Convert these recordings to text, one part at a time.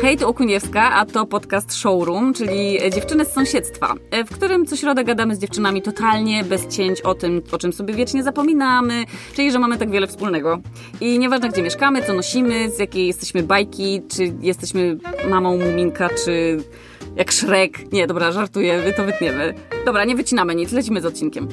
Hej, tu Okuniewska, a to podcast Showroom, czyli Dziewczyny z sąsiedztwa, w którym co środę gadamy z dziewczynami totalnie bez cięć o tym, o czym sobie wiecznie zapominamy, czyli że mamy tak wiele wspólnego. I nieważne, gdzie mieszkamy, co nosimy, z jakiej jesteśmy bajki, czy jesteśmy mamą Muminka, czy jak Shrek. Nie, dobra, żartuję, to wytniemy. Dobra, nie wycinamy nic, lecimy z odcinkiem.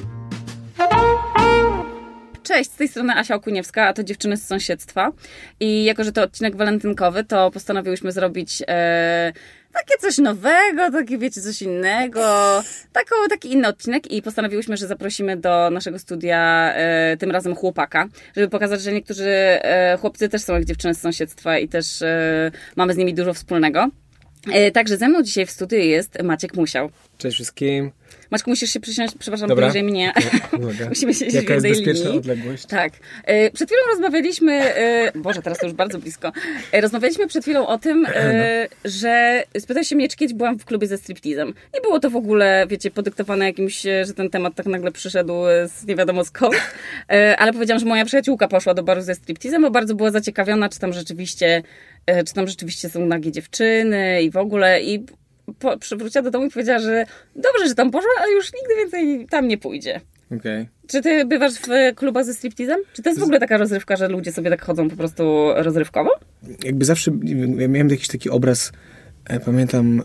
Cześć, z tej strony Asia Okuniewska, a to Dziewczyny z sąsiedztwa. I jako, że to odcinek walentynkowy, to postanowiłyśmy zrobić takie coś nowego, takie wiecie, coś innego. Taki inny odcinek i postanowiłyśmy, że zaprosimy do naszego studia tym razem chłopaka, żeby pokazać, że niektórzy chłopcy też są jak dziewczyny z sąsiedztwa i też mamy z nimi dużo wspólnego. Także ze mną dzisiaj w studiu jest Maciek Musiał. Cześć wszystkim. Maćku, musisz się przysiąść, przepraszam, Dobra. bliżej mnie. Musimy siedzieć Jaka w jest bezpieczna linii. odległość? Tak. Przed chwilą rozmawialiśmy, Boże, teraz to już bardzo blisko. Rozmawialiśmy przed chwilą o tym, że spytałeś się mnie, czy kiedyś byłam w klubie ze striptizem. Nie było to w ogóle, wiecie, podyktowane jakimś, że ten temat tak nagle przyszedł z nie wiadomo skąd. Ale powiedziałam, że moja przyjaciółka poszła do baru ze striptizem, bo bardzo była zaciekawiona, czy tam rzeczywiście są nagie dziewczyny i w ogóle. I przywróciła do domu i powiedziała, że dobrze, że tam poszła, ale już nigdy więcej tam nie pójdzie. Okay. Czy ty bywasz w klubach ze striptizem? Czy to jest w ogóle taka rozrywka, że ludzie sobie tak chodzą po prostu rozrywkowo? Jakby zawsze ja miałem jakiś taki obraz, pamiętam,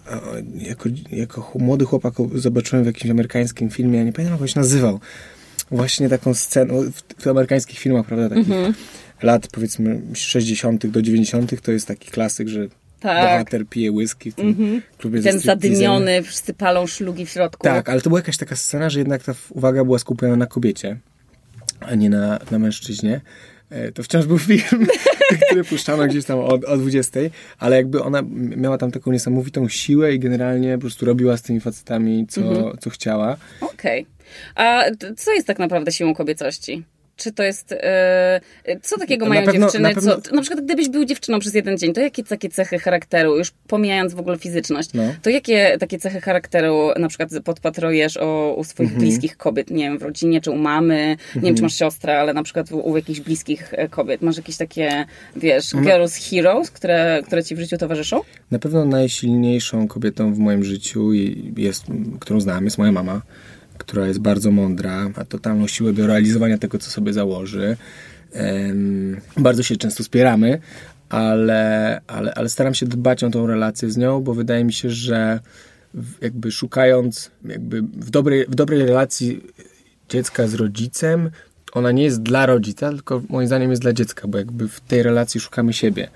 jako młody chłopak zobaczyłem w jakimś amerykańskim filmie, ja nie pamiętam jak on się nazywał, właśnie taką scenę, w amerykańskich filmach, prawda, takich lat powiedzmy 60. do 90. to jest taki klasyk, że bohater pije whisky w tym klubie ze striptizem. Ten zadymiony, wszyscy palą szlugi w środku. Tak, ale to była jakaś taka scena, że jednak ta uwaga była skupiona na kobiecie, a nie na mężczyźnie. To wciąż był film, który puszczano gdzieś tam o 20, ale jakby ona miała tam taką niesamowitą siłę i generalnie po prostu robiła z tymi facetami, co chciała. Okej. A co jest tak naprawdę siłą kobiecości? Czy to jest... co takiego mają dziewczyny? Na przykład gdybyś był dziewczyną przez jeden dzień, to jakie takie cechy charakteru, już pomijając w ogóle fizyczność, to jakie takie cechy charakteru na przykład podpatrujesz u swoich bliskich kobiet? Nie wiem, w rodzinie, czy u mamy, nie wiem, czy masz siostrę, ale na przykład u jakichś bliskich kobiet. Masz jakieś takie, wiesz, girls heroes, które ci w życiu towarzyszą? Na pewno najsilniejszą kobietą w moim życiu, którą znam, jest moja mama, która jest bardzo mądra, ma totalną siłę do realizowania tego, co sobie założy. Bardzo się często spieramy, ale staram się dbać o tą relację z nią, bo wydaje mi się, że jakby szukając w dobrej relacji dziecka z rodzicem, ona nie jest dla rodzica, tylko moim zdaniem jest dla dziecka, bo jakby w tej relacji szukamy siebie.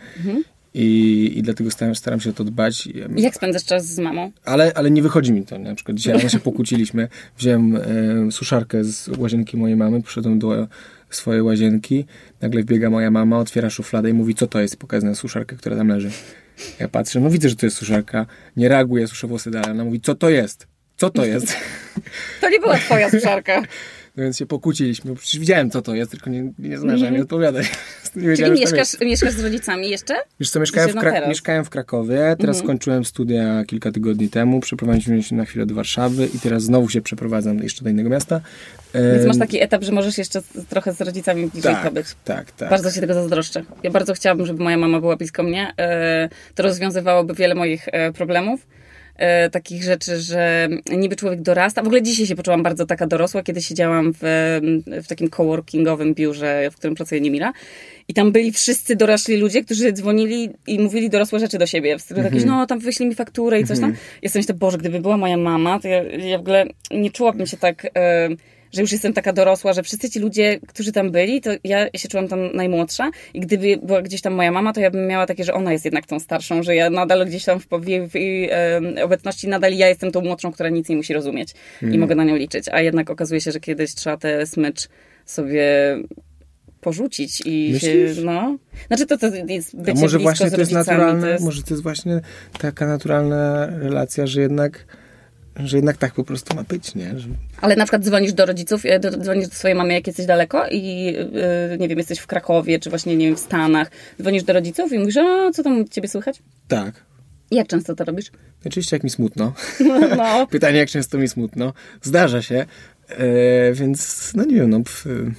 I dlatego staram się o to dbać. Jak spędzasz czas z mamą? Ale nie wychodzi mi to. Na przykład dzisiaj rano się pokłóciliśmy. Wziąłem suszarkę z łazienki mojej mamy, poszedłem do swojej łazienki. Nagle wbiega moja mama, otwiera szufladę i mówi, co to jest? Pokazuje na suszarkę, która tam leży. Ja patrzę, no widzę, że to jest suszarka. Nie reaguję, suszę włosy dalej. Ona mówi, co to jest? Co to jest? To nie była twoja suszarka. No więc się pokłóciliśmy. Przecież widziałem, co to jest, tylko nie zdążyłem mi odpowiadać. Czyli mieszkasz z rodzicami jeszcze? Wiesz co, mieszkałem w Krakowie, teraz skończyłem studia kilka tygodni temu, przeprowadziliśmy się na chwilę do Warszawy i teraz znowu się przeprowadzam jeszcze do innego miasta. Więc masz taki etap, że możesz jeszcze trochę z rodzicami bliżej kobiet. Tak. Bardzo się tego zazdroszczę. Ja bardzo chciałabym, żeby moja mama była blisko mnie. To rozwiązywałoby wiele moich problemów. Takich rzeczy, że niby człowiek dorasta. W ogóle dzisiaj się poczułam bardzo taka dorosła, kiedy siedziałam w takim coworkingowym biurze, w którym pracuje Niemira. I tam byli wszyscy dorośli ludzie, którzy dzwonili i mówili dorosłe rzeczy do siebie. W stylu jakieś, tam wyślij mi fakturę i coś tam. Ja sobie myślę, Boże, gdyby była moja mama, to ja w ogóle nie czułabym się tak... że już jestem taka dorosła, że wszyscy ci ludzie, którzy tam byli, to ja się czułam tam najmłodsza i gdyby była gdzieś tam moja mama, to ja bym miała takie, że ona jest jednak tą starszą, że ja nadal gdzieś tam w jej obecności nadal ja jestem tą młodszą, która nic nie musi rozumieć i mogę na nią liczyć. A jednak okazuje się, że kiedyś trzeba tę smycz sobie porzucić i myślisz? się, Znaczy to jest bycie może blisko właśnie z to jest rodzicami. naturalne, może to jest właśnie taka naturalna relacja, że jednak tak po prostu ma być, nie? Ale na przykład dzwonisz do rodziców, dzwonisz do swojej mamy, jak jesteś daleko i nie wiem, jesteś w Krakowie, czy właśnie, nie wiem, w Stanach. Dzwonisz do rodziców i mówisz, co tam u ciebie słychać? Tak. Jak często to robisz? Oczywiście jak mi smutno. Pytanie, jak często mi smutno. Zdarza się. Więc, nie wiem,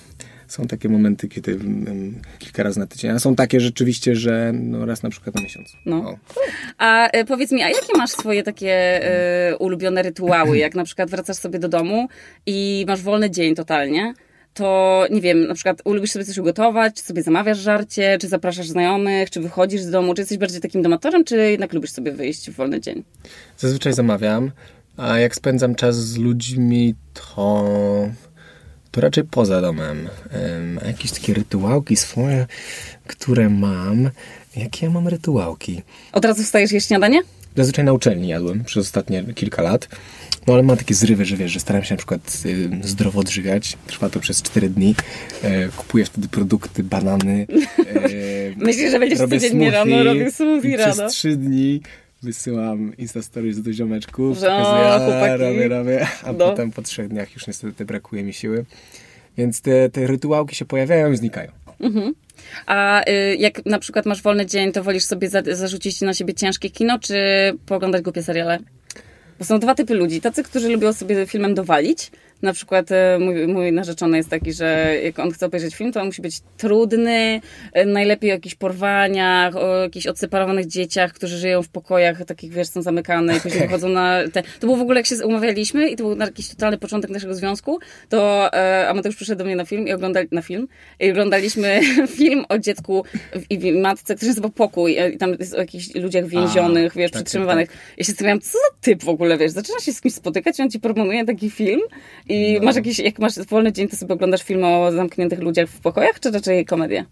Są takie momenty, kiedy kilka razy na tydzień, a są takie rzeczywiście, że no, raz na przykład na miesiąc. No. A powiedz mi, a jakie masz swoje takie ulubione rytuały? Jak na przykład wracasz sobie do domu i masz wolny dzień totalnie, to nie wiem, na przykład lubisz sobie coś ugotować, czy sobie zamawiasz żarcie, czy zapraszasz znajomych, czy wychodzisz z domu, czy jesteś bardziej takim domatorem, czy jednak lubisz sobie wyjść w wolny dzień? Zazwyczaj zamawiam, a jak spędzam czas z ludźmi, to raczej poza domem. A jakieś takie rytuałki swoje, które mam. Jakie ja mam rytuałki? Od razu wstajesz jeść śniadanie? Zazwyczaj na uczelni jadłem przez ostatnie kilka lat. No ale mam takie zrywy, że wiesz, że staram się na przykład zdrowo odżywiać. Trwa to przez 4 dni. Kupuję wtedy produkty, banany. Myślisz, że będziesz codziennie rano robił smoothie rano? Przez 3 dni wysyłam Instastories do ziomeczków. Że robię, a potem po 3 dniach już niestety brakuje mi siły. Więc te rytuałki się pojawiają i znikają. Mhm. A jak na przykład masz wolny dzień, to wolisz sobie zarzucić na siebie ciężkie kino, czy pooglądać głupie seriale? Bo są 2 typy ludzi. Tacy, którzy lubią sobie filmem dowalić. Na przykład mój narzeczony jest taki, że jak on chce obejrzeć film, to on musi być trudny, najlepiej o jakichś porwaniach, o jakichś odseparowanych dzieciach, którzy żyją w pokojach takich, wiesz, są zamykane i później wychodzą na te... To było w ogóle, jak się umawialiśmy i to był jakiś totalny początek naszego związku, to Amateusz przyszedł do mnie na film i oglądaliśmy film o dziecku i matce, który nazywa Pokój i tam jest o jakichś ludziach więzionych, wiesz, przytrzymywanych. Ja się zastanawiałam, co za typ w ogóle, wiesz, zaczynasz się z kimś spotykać i on ci proponuje taki film i masz jakiś, jak masz wolny dzień, to sobie oglądasz film o zamkniętych ludziach w pokojach, czy raczej komedię?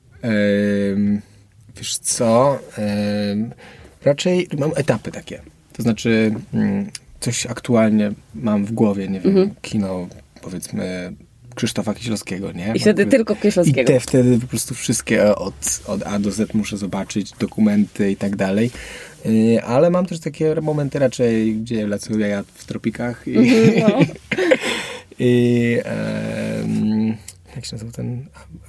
Wiesz co? Raczej mam etapy takie. To znaczy coś aktualnie mam w głowie, nie wiem, kino, powiedzmy Krzysztofa Kieślowskiego, nie? I wtedy tylko Kieślowskiego. I wtedy po prostu wszystkie od A do Z muszę zobaczyć, dokumenty i tak dalej. Ale mam też takie momenty raczej, gdzie lecę jaja w tropikach jak się nazywa ten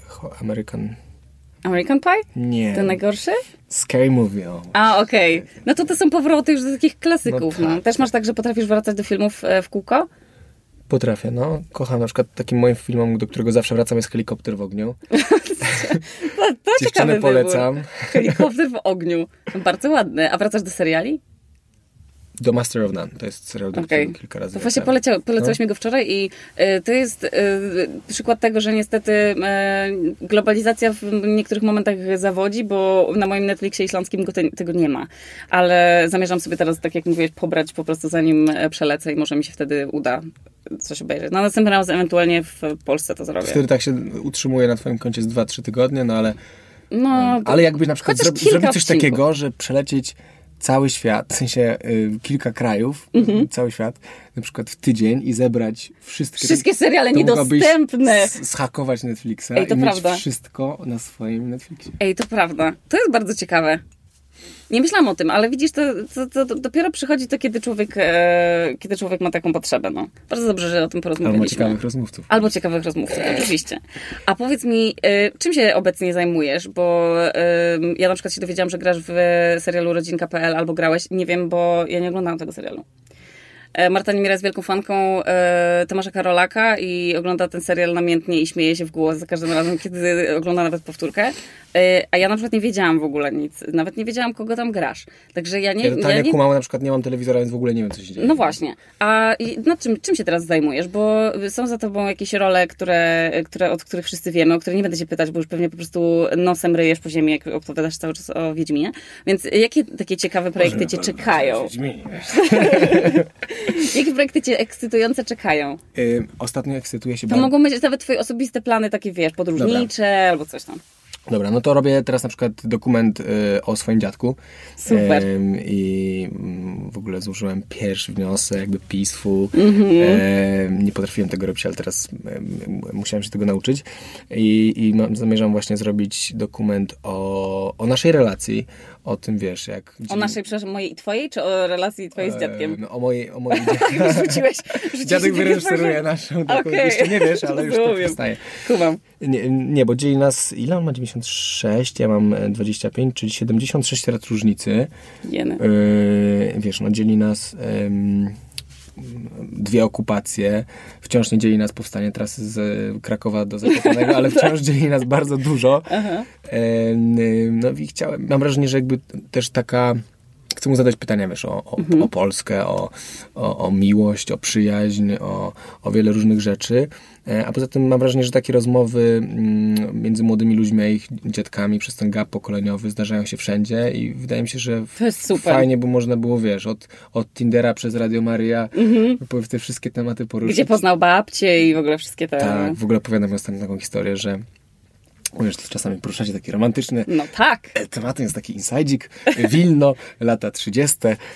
American Pie? Nie. Ten najgorszy? Scary Movie. Okej. No to są powroty już do takich klasyków. No, tak. Też masz tak, że potrafisz wracać do filmów w kółko? Potrafię, no. Kocham na przykład takim moim filmem, do którego zawsze wracam, jest Helikopter w ogniu. To ciekawy polecam. Wybór. Helikopter w ogniu. Bardzo ładny. A wracasz do seriali? Do Master of None. To jest serial, do którego kilka razy to właśnie polecałeś mi go wczoraj i to jest przykład tego, że niestety globalizacja w niektórych momentach zawodzi, bo na moim Netflixie islandzkim tego nie ma. Ale zamierzam sobie teraz, tak jak mówiłeś, pobrać po prostu zanim przelecę i może mi się wtedy uda coś obejrzeć. No następny raz ewentualnie w Polsce to zrobię. Wtedy tak się utrzymuje na twoim koncie z 2-3 tygodnie, no ale... No, ale jakbyś na przykład zrobić coś takiego, że przelecieć cały świat, w sensie kilka krajów, cały świat, na przykład w tydzień i zebrać wszystkie seriale niedostępne. Zhakować Netflixa i mieć wszystko na swoim Netflixie. To prawda. To jest bardzo ciekawe. Nie myślałam o tym, ale widzisz, to dopiero przychodzi to, kiedy człowiek ma taką potrzebę. No. Bardzo dobrze, że o tym porozmawialiśmy. Albo ciekawych rozmówców, oczywiście. A powiedz mi, czym się obecnie zajmujesz? Bo ja na przykład się dowiedziałam, że grasz w serialu Rodzinka.pl albo grałeś. Nie wiem, bo ja nie oglądałam tego serialu. Marta Niemiera jest wielką fanką Tomasza Karolaka i ogląda ten serial namiętnie i śmieje się w głos za każdym razem, kiedy ogląda nawet powtórkę. A ja na przykład nie wiedziałam w ogóle nic. Nawet nie wiedziałam, kogo tam grasz. Także ja kumam, na przykład nie mam telewizora, więc w ogóle nie wiem, co się dzieje. No właśnie. A czym się teraz zajmujesz? Bo są za tobą jakieś role, od których wszyscy wiemy, o które nie będę cię pytać, bo już pewnie po prostu nosem ryjesz po ziemi, jak opowiadasz cały czas o Wiedźminie. Więc jakie takie ciekawe projekty cię czekają? Jakie projekty cię ekscytujące czekają? Ostatnio ekscytuję się To mogą być nawet twoje osobiste plany, takie wiesz, podróżnicze albo coś tam. Dobra, no to robię teraz na przykład dokument o swoim dziadku. Super. I w ogóle złożyłem pierwszy wniosek, jakby peaceful. Nie potrafiłem tego robić, ale teraz musiałem się tego nauczyć. I zamierzam właśnie zrobić dokument o naszej relacji. O tym, wiesz, jak... O naszej, przepraszam, mojej i twojej, czy o relacji twojej z dziadkiem? No, o mojej Rzuciłeś dziadek wyreżyseruje naszą taką... Jeszcze nie wiesz, ale już to powstaje. Kumam. Nie, bo dzieli nas... Ile on ma? 96, ja mam 25, czyli 76 lat różnicy. Jeny. Wiesz, no dzieli nas 2 okupacje. Wciąż nie dzieli nas powstanie trasy z Krakowa do Zakopanego, ale wciąż dzieli nas bardzo dużo. No i mam wrażenie, że jakby też taka... Chcę mu zadać pytania, wiesz, o Polskę, o miłość, o przyjaźń, o wiele różnych rzeczy. A poza tym mam wrażenie, że takie rozmowy między młodymi ludźmi a ich dziadkami przez ten gap pokoleniowy zdarzają się wszędzie i wydaje mi się, że to jest super. Fajnie, bo można było, wiesz, od Tindera przez Radio Maria te wszystkie tematy poruszyć. Gdzie poznał babcię i w ogóle wszystkie te... Tak, w ogóle opowiadam ostatnio taką historię, że wiesz, to czasami poruszacie takie romantyczne tematy, jest taki insajdzik, Wilno, lata 30.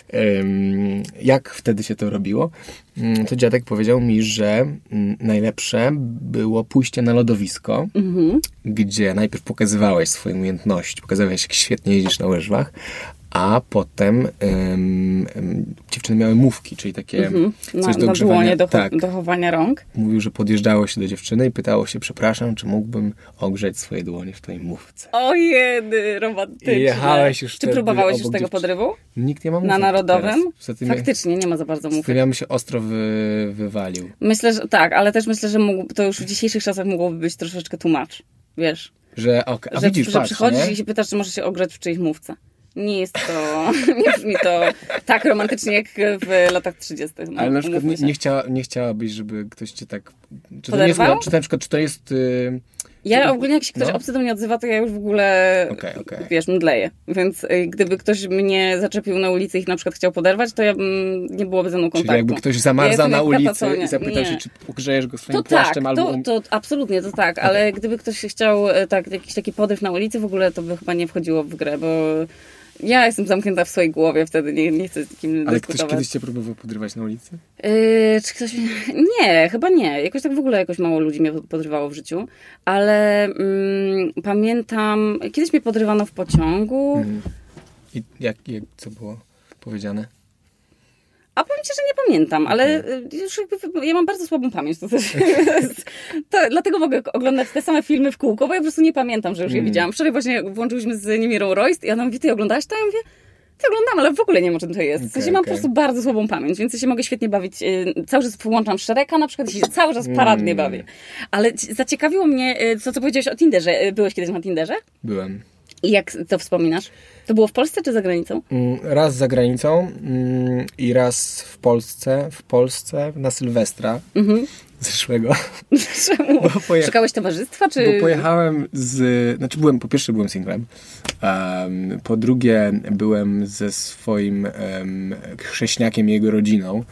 Jak wtedy się to robiło? To dziadek powiedział mi, że najlepsze było pójście na lodowisko, gdzie najpierw pokazywałeś swoją umiejętność, pokazywałeś, jak świetnie jeździsz na łyżwach, a potem dziewczyny miały mówki, czyli takie coś do ogrzewania. Do chowania rąk. Mówił, że podjeżdżało się do dziewczyny i pytało się, przepraszam, czy mógłbym ogrzeć swoje dłonie w twojej mówce. Ojej, romantyczne. I jechałeś już Czy próbowałeś już tego podrywu? Nikt nie ma mówek. Na Narodowym? Faktycznie, nie ma za bardzo mówek. Ja bym się ostro wywalił. Myślę, że tak, ale też myślę, że to już w dzisiejszych czasach mogłoby być troszeczkę tłumacz. Wiesz? Że widzisz, że przychodzisz i się pytasz, czy możesz się ogrzeć w czyjejś mówce. Nie jest to, nie brzmi to tak romantycznie jak w latach 30. No, ale na przykład nie chciałabyś, żeby ktoś cię tak... Poderwał? Czy to jest... Ja ogólnie, jak się ktoś obcy do mnie odzywa, to ja już w ogóle, wiesz, mdleję. Więc gdyby ktoś mnie zaczepił na ulicy i na przykład chciał poderwać, to ja nie byłoby ze mną kontaktu. Czyli jakby ktoś zamarza na ulicy i zapytał się, czy ugrzejesz go swoim płaszczem albo... To absolutnie, to tak, ale gdyby ktoś chciał jakiś taki podryw na ulicy, w ogóle to by chyba nie wchodziło w grę, bo ja jestem zamknięta w swojej głowie, wtedy nie chcę z kim dyskutować. Ale ktoś kiedyś cię próbował podrywać na ulicy? Czy ktoś... Nie, chyba nie. Jakoś tak w ogóle mało ludzi mnie podrywało w życiu. Ale pamiętam... Kiedyś mnie podrywano w pociągu. I co było powiedziane? A powiem ci, że nie pamiętam, ale już ja mam bardzo słabą pamięć. Dlatego mogę oglądać te same filmy w kółko, bo ja po prostu nie pamiętam, że już je widziałam. Wczoraj właśnie włączyliśmy z Nimirą Royst i ona mówi, ty oglądałaś to? Ja mówię, ty oglądam, ale w ogóle nie wiem, o czym to jest. W sensie mam po prostu bardzo słabą pamięć, więc ja się mogę świetnie bawić. Cały czas włączam Shreka na przykład i się cały czas paradnie bawię. Ale zaciekawiło mnie co powiedziałeś o Tinderze. Byłeś kiedyś na Tinderze? Byłem. I jak to wspominasz? To było w Polsce czy za granicą? Raz za granicą i raz w Polsce na Sylwestra zeszłego. Czemu? Szukałeś towarzystwa, czy... Bo pojechałem po pierwsze byłem singlem, po drugie byłem ze swoim chrześniakiem i jego rodziną.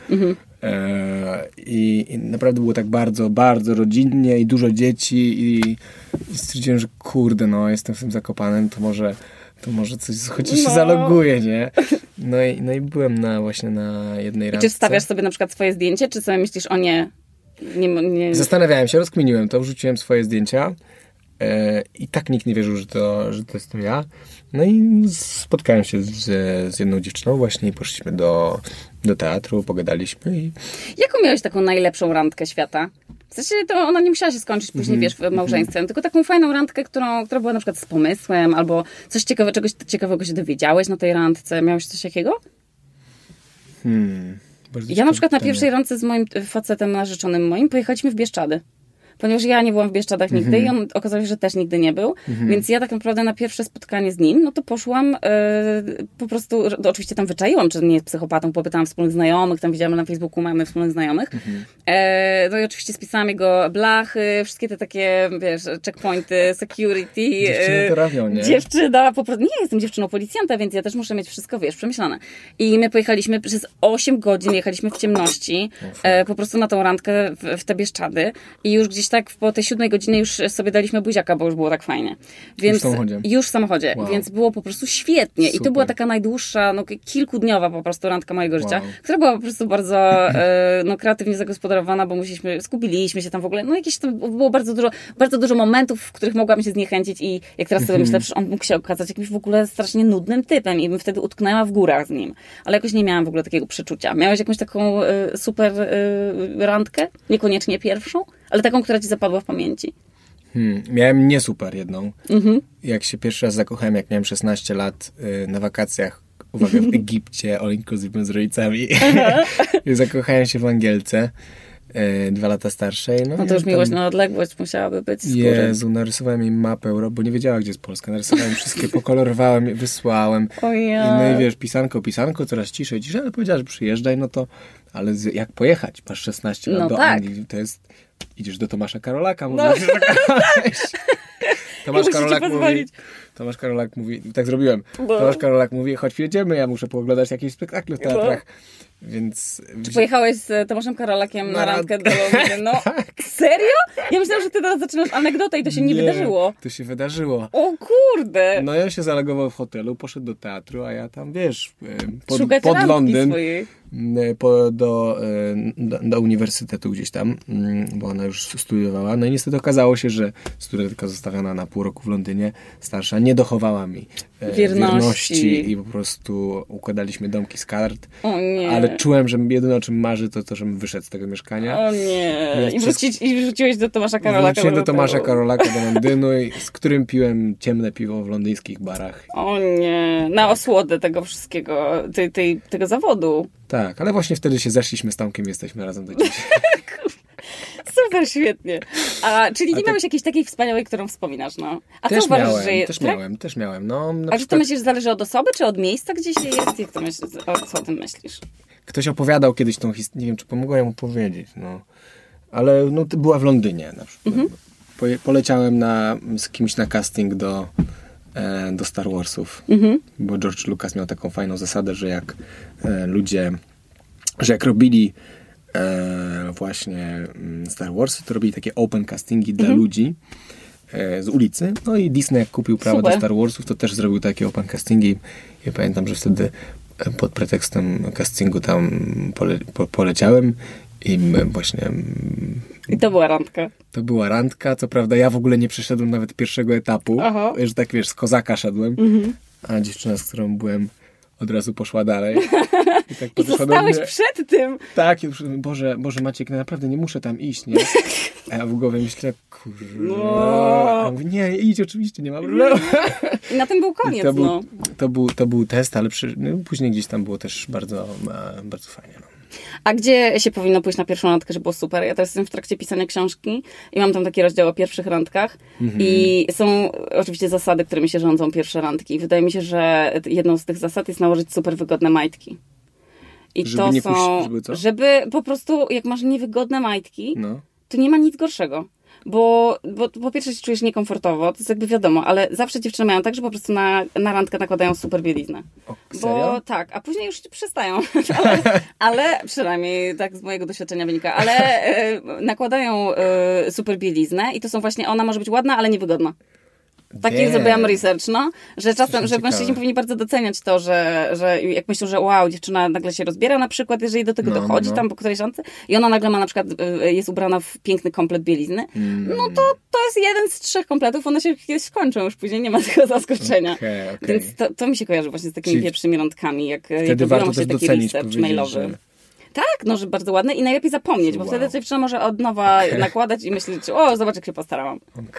I naprawdę było tak bardzo, bardzo rodzinnie i dużo dzieci i stwierdziłem, że kurde, jestem w tym Zakopanem, to może coś, chociaż się zaloguję, nie? No i byłem właśnie na jednej randce. Czy wstawiasz sobie na przykład swoje zdjęcie, czy sobie myślisz, o nie... Zastanawiałem się, rozkminiłem to, wrzuciłem swoje zdjęcia i tak nikt nie wierzył, że to jestem ja. No i spotkałem się z jedną dziewczyną właśnie i poszliśmy do teatru, pogadaliśmy i... Jaką miałeś taką najlepszą randkę świata? W sensie to ona nie musiała się skończyć później, wiesz, małżeństwem, tylko taką fajną randkę, która była na przykład z pomysłem, albo czegoś ciekawego się dowiedziałeś na tej randce. Miałeś coś takiego? Ja na przykład na pierwszej randce z moim facetem narzeczonym moim pojechaliśmy w Bieszczady. Ponieważ ja nie byłam w Bieszczadach nigdy i on okazało się, że też nigdy nie był. Więc ja tak naprawdę na pierwsze spotkanie z nim, to poszłam po prostu, oczywiście tam wyczaiłam, czy nie jest psychopatą, popytałam wspólnych znajomych, tam widziałam na Facebooku, mamy wspólnych znajomych. No i oczywiście spisałam jego blachy, wszystkie te takie, wiesz, checkpointy, security. Dziewczyny to robią, nie? Dziewczyna, po prostu, nie jestem dziewczyną policjanta, więc ja też muszę mieć wszystko, wiesz, przemyślane. I my pojechaliśmy przez 8 godzin, jechaliśmy w ciemności, po prostu na tą randkę w te Bieszczady i już gdzieś tak po tej 7 godzinie już sobie daliśmy buziaka, bo już było tak fajnie. Więc, już w samochodzie. Wow. Więc było po prostu świetnie. Super. I to była taka najdłuższa, kilkudniowa po prostu randka mojego życia, która była po prostu bardzo kreatywnie zagospodarowana, bo skupiliśmy się tam w ogóle. Jakieś tam było bardzo dużo momentów, w których mogłam się zniechęcić i jak teraz sobie myślę, że on mógł się okazać jakimś w ogóle strasznie nudnym typem i bym wtedy utknęła w górach z nim. Ale jakoś nie miałam w ogóle takiego przeczucia. Miałeś jakąś taką super randkę? Niekoniecznie pierwszą? Ale taką, która ci zapadła w pamięci. Miałem nie super jedną. Jak się pierwszy raz zakochałem, jak miałem 16 lat na wakacjach uwaga, w Egipcie, all inclusive z rodzicami. I zakochałem się w Angielce. 2 lata starszej. No to już miłość na odległość musiałaby być. Jezu, narysowałem jej mapę Europy, bo nie wiedziała, gdzie jest Polska. Narysowałem wszystkie, pokolorowałem je, wysłałem. No i wiesz, pisanko, coraz ciszej, ale powiedziała, że przyjeżdżaj, no to, ale jak pojechać? Masz 16 lat do Anglii, to jest, idziesz do Tomasza Karolaka, mówisz, Tomasz Karolak mówi, tak zrobiłem. Tomasz Karolak mówi, choć jedziemy, ja muszę pooglądać jakieś spektakle w teatrach. Więc... Czy pojechałeś z Tomaszem Karolakiem na randkę do Londynu? No, serio? Ja myślałam, że ty teraz zaczynasz anegdotę i to się nie wydarzyło. To się wydarzyło. O kurde! No ja się zalogował w hotelu, poszedł do teatru, a ja tam, wiesz, pod Londyn, swojej. do uniwersytetu gdzieś tam, bo ona już studiowała. No i niestety okazało się, że studentka zostawiona na pół roku w Londynie, starsza, nie dochowała mi wierności i po prostu układaliśmy domki z kart. O nie. Ale czułem, że jedyne o czym marzy to żebym wyszedł z tego mieszkania. O nie. I wróciłeś do Tomasza Karolaka. Wróciłem do Tomasza Karolaka do Londynu, z którym piłem ciemne piwo w londyńskich barach. O nie. Na osłodę tego wszystkiego, tego zawodu. Tak, ale właśnie wtedy się zeszliśmy z Tomkiem, jesteśmy razem do dziś. Super, świetnie. Czyli nie miałeś jakiejś takiej wspaniałej, którą wspominasz, no. A też co uważasz, miałem, też miałem. No, czy ty myślisz, że zależy od osoby, czy od miejsca, gdzie się jest? Jak to myślisz? Co o tym myślisz? Ktoś opowiadał kiedyś tą historię, nie wiem, czy pomogłem mu powiedzieć, no. Ale no, to była w Londynie na przykład. Poleciałem z kimś na casting do Star Warsów, bo George Lucas miał taką fajną zasadę, że jak jak robili właśnie Star Warsy, to robili takie open castingi dla ludzi z ulicy. No i Disney jak kupił prawa do Star Warsów, to też zrobił takie open castingi. Ja pamiętam, że wtedy pod pretekstem castingu tam poleciałem i właśnie... I to była randka. To była randka. Co prawda ja w ogóle nie przeszedłem nawet pierwszego etapu. Aha. Że tak wiesz, z kozaka szedłem. A dziewczyna, z którą byłem, od razu poszła dalej. I tak I zostałeś przed tym. Tak, i Boże, Maciek, no naprawdę nie muszę tam iść, nie? A ja w głowie myślę, kurwa. A mówię, nie, idź, oczywiście, nie ma problemu. I na tym był koniec, to był test, ale później gdzieś tam było też bardzo, bardzo fajnie, no. A gdzie się powinno pójść na pierwszą randkę, żeby było super? Ja teraz jestem w trakcie pisania książki i mam tam taki rozdział o pierwszych randkach i są oczywiście zasady, którymi się rządzą pierwsze randki. I wydaje mi się, że jedną z tych zasad jest nałożyć super wygodne majtki. I żeby to są, żeby po prostu, jak masz niewygodne majtki, to nie ma nic gorszego. Bo po pierwsze się czujesz niekomfortowo, to jest jakby wiadomo, ale zawsze dziewczyny mają tak, że po prostu na randkę nakładają super bieliznę. Serio? Bo tak, a później już przestają. ale przynajmniej tak z mojego doświadczenia wynika. Ale nakładają super bieliznę i to są właśnie, ona może być ładna, ale niewygodna. Taki zrobiłam research, że czasem, że mężczyźni powinni bardzo doceniać to, że jak myślą, że wow, dziewczyna nagle się rozbiera na przykład, jeżeli do tego dochodzi tam po którejś randce i ona nagle ma na przykład, jest ubrana w piękny komplet bielizny, no to jest jeden z 3 kompletów, one się kiedyś skończą, już później nie ma tego zaskoczenia. Okay. Więc to mi się kojarzy właśnie z takimi pierwszymi randkami, jak robią się taki research mailowy. Że... Tak, że bardzo ładne i najlepiej zapomnieć, bo wtedy dziewczyna może od nowa nakładać i myśleć, zobacz jak się postarałam.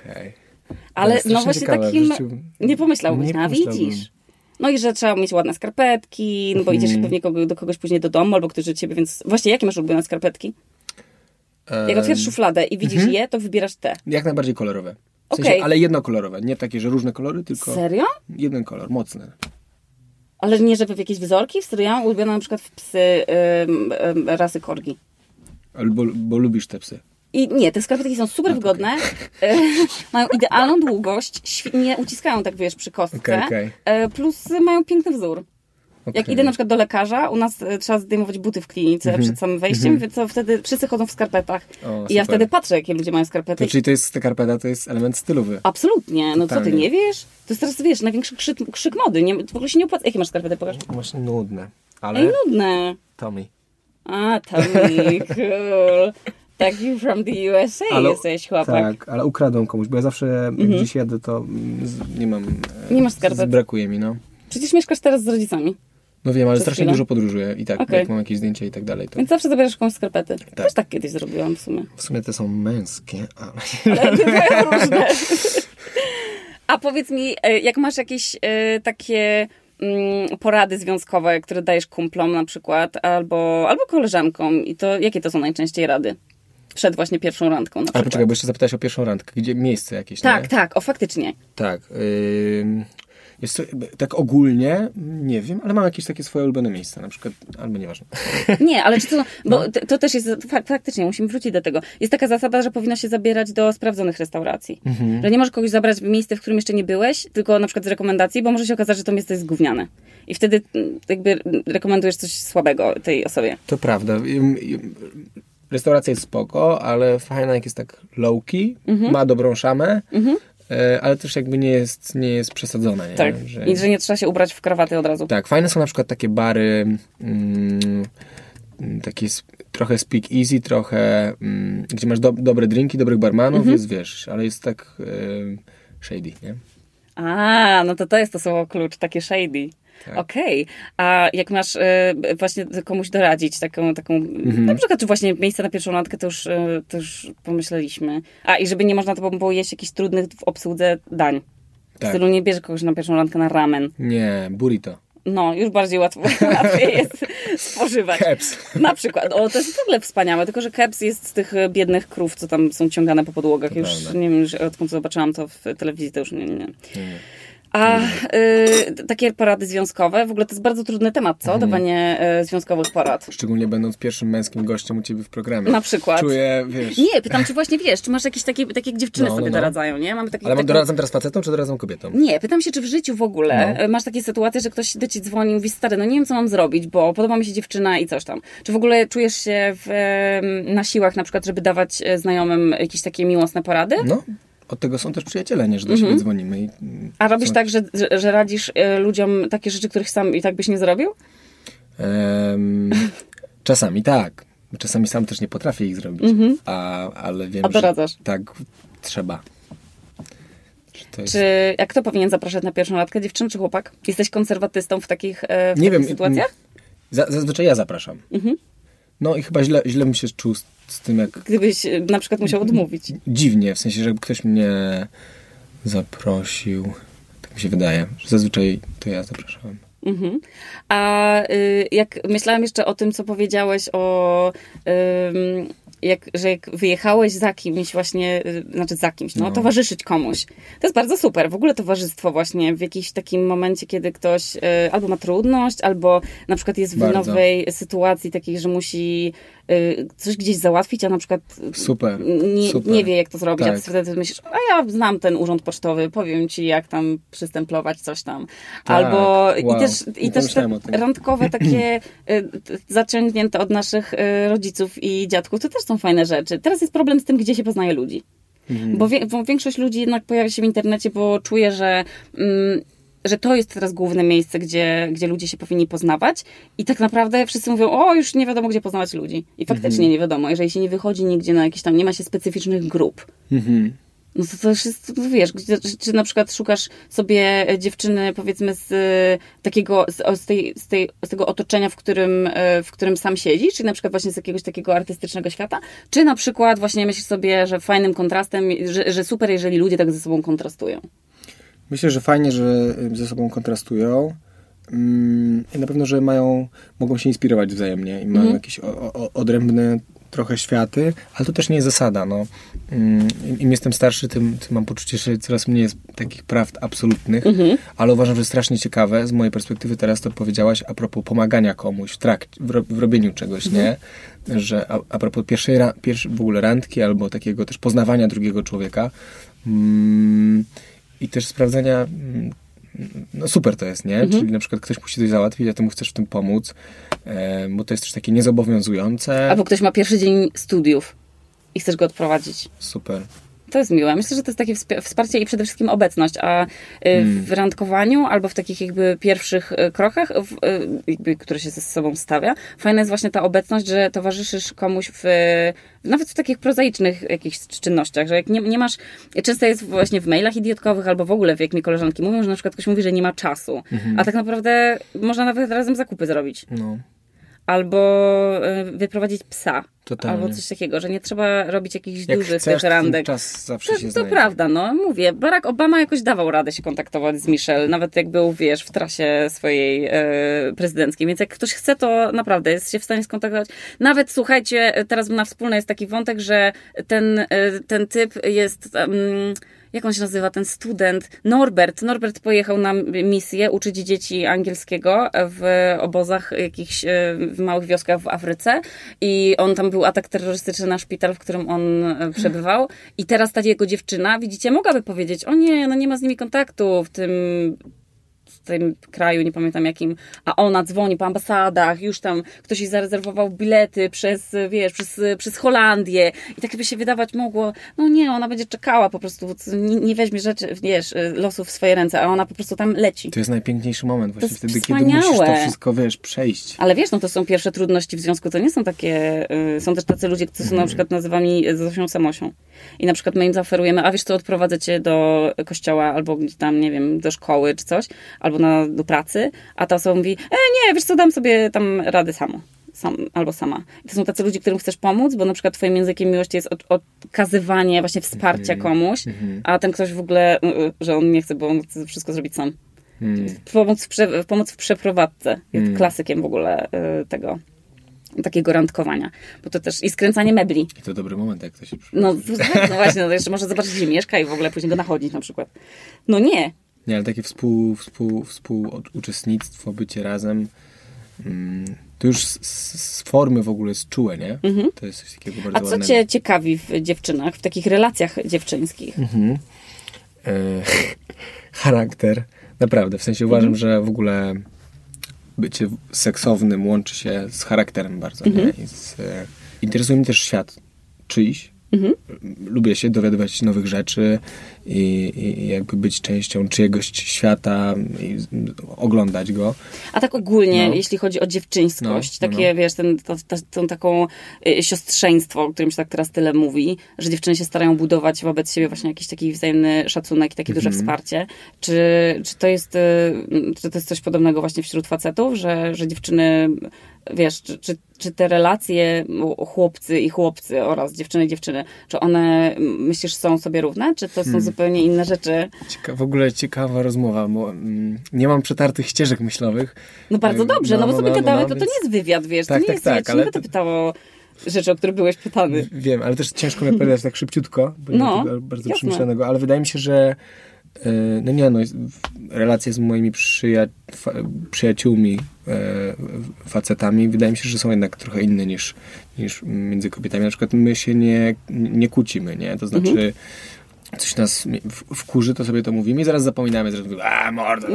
Ale właśnie takim nie pomyślałbyś, widzisz. No i że trzeba mieć ładne skarpetki, bo idziesz pewnie do kogoś później do domu, albo ktoś do ciebie, więc właśnie jakie masz ulubione skarpetki? Jak otwierasz szufladę i widzisz je, to wybierasz te. Jak najbardziej kolorowe. W sensie, ale jednokolorowe. Nie takie, że różne kolory, tylko... Serio? Jeden kolor, mocny. Ale nie, żeby w jakieś wzorki? W stylu ja mam ulubione na przykład w psy rasy korgi. Bo lubisz te psy. I nie, te skarpetki są super wygodne, mają idealną długość, nie uciskają tak, wiesz, przy kostce, plus mają piękny wzór. Jak idę na przykład do lekarza, u nas trzeba zdejmować buty w klinice przed samym wejściem, więc wtedy wszyscy chodzą w skarpetach. I ja wtedy patrzę, jakie ludzie mają skarpety. Czyli skarpeta to jest element stylowy. Absolutnie. No co, ty nie wiesz? To jest teraz, wiesz, największy krzyk mody. W ogóle się nie opłaca. Jakie masz skarpety? Pokaż. Właśnie nudne. Ale... Ej, nudne. Tommy. Tommy, cool. Taki from the USA jesteś, chłopak. Tak, ale ukradłem komuś, bo ja zawsze jak gdzieś jadę, to nie mam... Nie masz skarpet? Brakuje mi, no. Przecież mieszkasz teraz z rodzicami. No wiem, ale strasznie dużo podróżuję i tak, jak mam jakieś zdjęcia i tak dalej. To... Więc zawsze zabierasz komuś skarpety. Tak. Też tak kiedyś zrobiłam w sumie. W sumie te są męskie, ale... Ale bywają różne. A powiedz mi, jak masz jakieś takie porady związkowe, które dajesz kumplom na przykład, albo koleżankom. I to jakie to są najczęściej rady? Przed właśnie pierwszą randką na przykład. Ale poczekaj, bo jeszcze zapytałeś o pierwszą randkę. Gdzie miejsce jakieś, Tak, nie? tak, faktycznie. Tak. Jest to, tak ogólnie, nie wiem, ale mam jakieś takie swoje ulubione miejsca, na przykład, albo nieważne. Nie, ale czy to, bo to też jest, faktycznie, musimy wrócić do tego. Jest taka zasada, że powinno się zabierać do sprawdzonych restauracji. Że nie możesz kogoś zabrać w miejsce, w którym jeszcze nie byłeś, tylko na przykład z rekomendacji, bo może się okazać, że to miejsce jest gówniane. I wtedy jakby rekomendujesz coś słabego tej osobie. To prawda. Restauracja jest spoko, ale fajna jak jest tak low-key, ma dobrą szamę, ale też jakby nie jest przesadzona. Nie? Tak, i że nie trzeba się ubrać w krawaty od razu. Tak, fajne są na przykład takie bary, takie trochę speak easy, trochę, gdzie masz dobre drinki, dobrych barmanów, jest, wiesz, ale jest tak shady, nie? No to jest to słowo klucz, takie shady. Tak. Okej. A jak masz właśnie komuś doradzić taką na przykład, czy właśnie miejsce na pierwszą randkę, to już pomyśleliśmy. I żeby nie można to było jeść jakichś trudnych w obsłudze dań. Tak. W stylu nie bierze kogoś na pierwszą randkę na ramen. Nie, burrito. No, już bardziej łatwiej jest spożywać. Keps. Na przykład. To jest w ogóle wspaniałe, tylko że keps jest z tych biednych krów, co tam są ciągane po podłogach. To już prawda. Nie wiem, już odkąd zobaczyłam to w telewizji, to już nie. Takie porady związkowe, w ogóle to jest bardzo trudny temat, co? Dawanie związkowych porad. Szczególnie będąc pierwszym męskim gościem u ciebie w programie. Na przykład. Czuję, wiesz... Nie, pytam cię właśnie, wiesz, czy masz jakieś takie jak dziewczyny sobie doradzają, nie? Mamy Ale doradzam teraz facetom, czy doradzam kobietom? Nie, pytam się, czy w życiu w ogóle masz takie sytuacje, że ktoś do ciebie dzwoni i mówi, stary, nie wiem, co mam zrobić, bo podoba mi się dziewczyna i coś tam. Czy w ogóle czujesz się na siłach, na przykład, żeby dawać znajomym jakieś takie miłosne porady? No. Od tego są też przyjaciele, nie? Że do siebie dzwonimy. A robisz tak, że radzisz ludziom takie rzeczy, których sam i tak byś nie zrobił? Czasami tak. Czasami sam też nie potrafię ich zrobić. Ale wiem, doradzasz? Że tak trzeba. Czy jak kto powinien zapraszać na pierwszą randkę? Dziewczyn czy chłopak? Jesteś konserwatystą w takich sytuacjach? Zazwyczaj ja zapraszam. No i chyba źle bym się czuł z tym, jak... Gdybyś na przykład musiał odmówić. Dziwnie, w sensie, że jakby ktoś mnie zaprosił. Tak mi się wydaje, że zazwyczaj to ja zapraszałem. A jak myślałam jeszcze o tym, co powiedziałeś że jak wyjechałeś za kimś właśnie, towarzyszyć komuś. To jest bardzo super. W ogóle towarzystwo właśnie w jakimś takim momencie, kiedy ktoś albo ma trudność, albo na przykład jest w nowej sytuacji takiej, że musi coś gdzieś załatwić, a na przykład nie wie, jak to zrobić. Tak. A ty wtedy myślisz, ja znam ten urząd pocztowy, powiem ci, jak tam przystemplować coś tam. Tak, albo i też te randkowe takie zaciągnięte od naszych rodziców i dziadków, to też są fajne rzeczy. Teraz jest problem z tym, gdzie się poznaje ludzi. Bo większość ludzi jednak pojawia się w internecie, bo czuje, że to jest teraz główne miejsce, gdzie ludzie się powinni poznawać. I tak naprawdę wszyscy mówią, już nie wiadomo, gdzie poznawać ludzi. I faktycznie nie wiadomo. Jeżeli się nie wychodzi nigdzie na jakieś tam, nie ma się specyficznych grup. No to też jest, wiesz, czy na przykład szukasz sobie dziewczyny, powiedzmy, z tego otoczenia, w którym sam siedzisz, czy na przykład właśnie z jakiegoś takiego artystycznego świata, czy na przykład właśnie myślisz sobie, że fajnym kontrastem, że super, jeżeli ludzie tak ze sobą kontrastują. Myślę, że fajnie, że ze sobą kontrastują. I na pewno, że mogą się inspirować wzajemnie i mają jakieś odrębne trochę światy, ale to też nie jest zasada. No. Im jestem starszy, tym mam poczucie, że coraz mniej jest takich prawd absolutnych, ale uważam, że strasznie ciekawe, z mojej perspektywy teraz to powiedziałaś a propos pomagania komuś w robieniu czegoś, nie? Że a propos pierwszej w ogóle randki albo takiego też poznawania drugiego człowieka i też sprawdzania no super to jest, nie? Czyli na przykład ktoś musi coś załatwić, a ty mu chcesz w tym pomóc, bo to jest też takie niezobowiązujące. Albo ktoś ma pierwszy dzień studiów i chcesz go odprowadzić. Super. To jest miłe. Myślę, że to jest takie wsparcie i przede wszystkim obecność, a w randkowaniu albo w takich jakby pierwszych krokach, które się ze sobą stawia, fajna jest właśnie ta obecność, że towarzyszysz komuś nawet w takich prozaicznych jakichś czynnościach, że jak nie masz, często jest właśnie w mailach idiotkowych albo w ogóle, jak mi koleżanki mówią, że na przykład ktoś mówi, że nie ma czasu, a tak naprawdę można nawet razem zakupy zrobić. No. albo wyprowadzić psa. Totalnie. Albo coś takiego, że nie trzeba robić jakichś Jak dużych chcesz, tych randek. czas zawsze się To znajdzie. prawda, no mówię. Barack Obama jakoś dawał radę się kontaktować z Michelle, nawet jak był, wiesz, w trasie swojej prezydenckiej. Więc jak ktoś chce, to naprawdę jest się w stanie skontaktować. Nawet, słuchajcie, teraz na Wspólnej jest taki wątek, że ten typ jest... jak on się nazywa, ten student? Norbert pojechał na misję uczyć dzieci angielskiego w obozach jakichś, w małych wioskach w Afryce i on tam był atak terrorystyczny na szpital, w którym on przebywał i teraz ta jego dziewczyna, widzicie, mogłaby powiedzieć, o nie, no nie ma z nimi kontaktu w tym kraju, nie pamiętam jakim, a ona dzwoni po ambasadach, już tam ktoś jej zarezerwował bilety przez Holandię i tak by się wydawać mogło, no nie, ona będzie czekała po prostu, nie weźmie rzeczy, wiesz, losów w swoje ręce, a ona po prostu tam leci. To jest najpiękniejszy moment właśnie wtedy, wspaniałe. kiedy musisz to wszystko, wiesz, przejść. Ale wiesz, no to są pierwsze trudności w związku, to nie są takie, są też tacy ludzie, którzy są na przykład nazywani Zosią Samosią. I na przykład my im zaoferujemy, a wiesz co, odprowadzę cię do kościoła albo gdzieś tam, nie wiem, do szkoły czy coś, albo do pracy, a ta osoba mówi, nie, wiesz co, dam sobie tam radę albo sama. I to są tacy ludzie, którym chcesz pomóc, bo na przykład twoim językiem miłości jest okazywanie właśnie wsparcia komuś, a ten ktoś w ogóle, że on nie chce, bo on chce wszystko zrobić sam. Pomoc w przeprowadzce jest klasykiem w ogóle tego takiego randkowania. Bo to też i skręcanie mebli. I to dobry moment, jak to się no właśnie, no jeszcze może zobaczyć, gdzie mieszka i w ogóle później go nachodzić na przykład. No nie. Nie, ale takie współuczestnictwo, bycie razem, to już z formy w ogóle jest czułe, nie? To jest coś takiego bardzo ładnego. A co cię ciekawi w dziewczynach, w takich relacjach dziewczyńskich? Charakter. Naprawdę. W sensie uważam, że w ogóle bycie seksownym łączy się z charakterem bardzo, nie? Interesuje mnie też świat czyjś. Lubię się dowiadywać nowych rzeczy i jakby być częścią czyjegoś świata i oglądać go. A tak ogólnie, jeśli chodzi o dziewczyńskość, takie, wiesz, tą taką siostrzeństwo, o którym się tak teraz tyle mówi, że dziewczyny się starają budować wobec siebie właśnie jakiś taki wzajemny szacunek i takie duże wsparcie. Czy to jest coś podobnego właśnie wśród facetów, że dziewczyny, wiesz, czy te relacje chłopcy i chłopcy oraz dziewczyny, czy one, myślisz, są sobie równe? Czy to są zupełnie inne rzeczy? W ogóle ciekawa rozmowa, bo nie mam przetartych ścieżek myślowych. No bardzo dobrze, bo sobie gadamy, to nie jest wywiad, wiesz, to nie jest, ja cię nie będę pytało rzeczy, o które byłeś pytany. Wiem, ale też ciężko mi odpowiadać tak szybciutko, bo nie mam tego bardzo przemyślanego, ale wydaje mi się, że relacje z moimi przyjaciółmi, facetami, wydaje mi się, że są jednak trochę inne niż między kobietami. Na przykład my się nie kłócimy, nie? To znaczy coś nas wkurzy, to sobie to mówimy i zaraz zapominamy, że mówimy, mordo,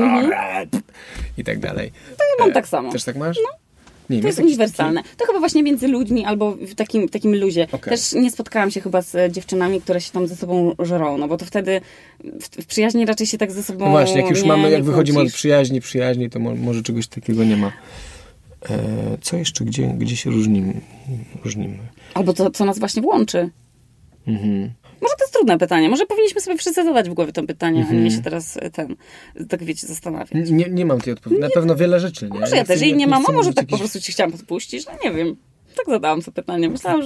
i tak dalej. To ja mam tak samo. Też tak masz? No. Nie, to jest uniwersalne. To chyba właśnie między ludźmi albo w takim luzie. Okay. Też nie spotkałam się chyba z dziewczynami, które się tam ze sobą żerą, no bo to wtedy w przyjaźni raczej się tak ze sobą no właśnie, jak już mamy, jak wychodzimy od przyjaźni, to może czegoś takiego nie ma. Co jeszcze? Gdzie się różnimy? Albo co nas właśnie łączy? Może to jest trudne pytanie. Może powinniśmy sobie wszyscy zadać w głowie to pytanie, a nie się teraz tak wiecie, zastanawiać. Nie mam tej odpowiedzi. Na pewno wiele rzeczy, nie? Może ja też jej nie mam, a może tak po prostu ci chciałam podpuścić, no nie wiem. Tak zadałam sobie pytanie. Myślałam,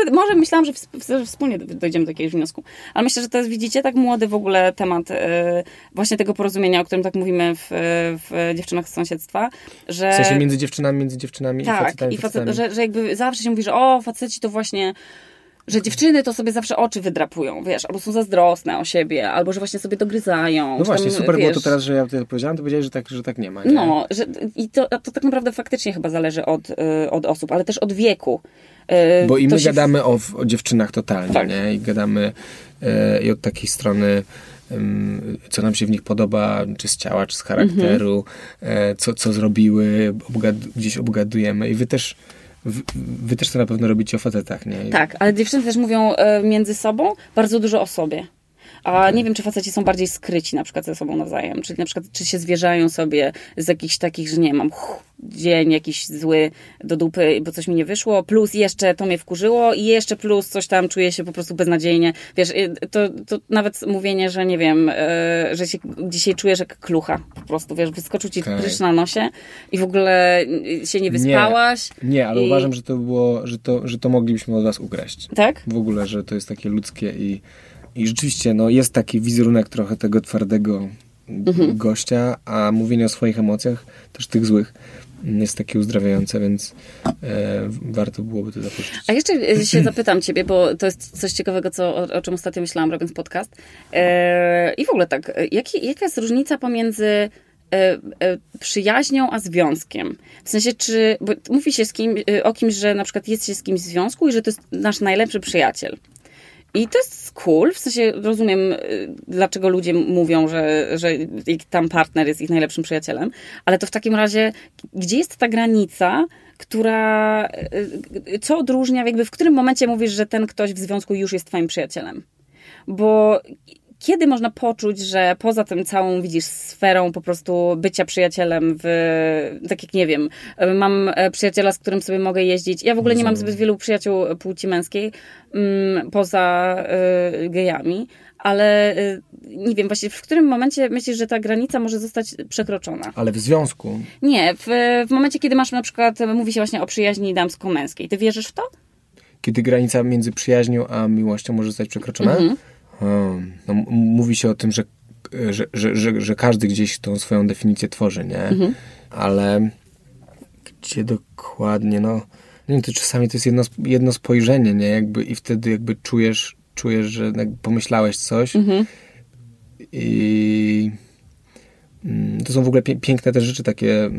że wspólnie dojdziemy do jakiegoś wniosku. Ale myślę, że to jest, widzicie, tak młody w ogóle temat właśnie tego porozumienia, o którym tak mówimy w dziewczynach z sąsiedztwa, że... W sensie między dziewczynami tak, i facetami. Że jakby zawsze się mówi, że faceci to właśnie... Że dziewczyny to sobie zawsze oczy wydrapują, wiesz, albo są zazdrosne o siebie, albo że właśnie sobie dogryzają. No właśnie, tam, super wiesz, było to teraz, że ja to powiedziałam, to powiedziałeś, że tak nie ma. Nie? No, i to tak naprawdę faktycznie chyba zależy od osób, ale też od wieku. Bo i my gadamy o dziewczynach totalnie, tak. nie? I gadamy i od takiej strony co nam się w nich podoba, czy z ciała, czy z charakteru, co zrobiły, gdzieś obgadujemy i wy też to na pewno robicie o facetach, nie? Tak, ale dziewczyny też mówią między sobą bardzo dużo o sobie. A nie wiem, czy faceci są bardziej skryci na przykład ze sobą nawzajem. Czyli na przykład, czy się zwierzają sobie z jakichś takich, że nie mam, dzień jakiś zły do dupy, bo coś mi nie wyszło, plus jeszcze to mnie wkurzyło i jeszcze plus coś tam czuję się po prostu beznadziejnie. Wiesz, to nawet mówienie, że nie wiem, że się dzisiaj czujesz jak klucha po prostu, wiesz, wyskoczył ci prysz na nosie i w ogóle się nie wyspałaś. Nie, ale uważam, że to było, że to moglibyśmy od was ukraść. Tak? W ogóle, że to jest takie ludzkie i rzeczywiście, no jest taki wizerunek trochę tego twardego gościa, a mówienie o swoich emocjach, też tych złych, jest takie uzdrawiające, więc warto byłoby to zapuścić. A jeszcze się zapytam ciebie, bo to jest coś ciekawego, o czym ostatnio myślałam, robiąc podcast. I w ogóle tak, jaka jest różnica pomiędzy przyjaźnią a związkiem? W sensie, bo mówi się o kimś, że na przykład jest się z kimś w związku i że to jest nasz najlepszy przyjaciel. I to jest cool, w sensie rozumiem, dlaczego ludzie mówią, że ich tam partner jest ich najlepszym przyjacielem, ale to w takim razie, gdzie jest ta granica, co odróżnia, jakby w którym momencie mówisz, że ten ktoś w związku już jest twoim przyjacielem? Bo kiedy można poczuć, że poza tym całą, widzisz, sferą po prostu bycia przyjacielem tak jak nie wiem, mam przyjaciela, z którym sobie mogę jeździć. Ja w ogóle nie mam zbyt wielu przyjaciół płci męskiej, poza gejami, ale nie wiem, właśnie w którym momencie myślisz, że ta granica może zostać przekroczona? Ale w związku? Nie, w momencie, kiedy masz na przykład, mówi się właśnie o przyjaźni damsko-męskiej. Ty wierzysz w to? Kiedy granica między przyjaźnią a miłością może zostać przekroczona? No, mówi się o tym, że każdy gdzieś tą swoją definicję tworzy, nie? Ale gdzie dokładnie, no nie wiem, to czasami to jest jedno spojrzenie, nie? Jakby, i wtedy jakby czujesz, że pomyślałeś coś i to są w ogóle piękne te rzeczy takie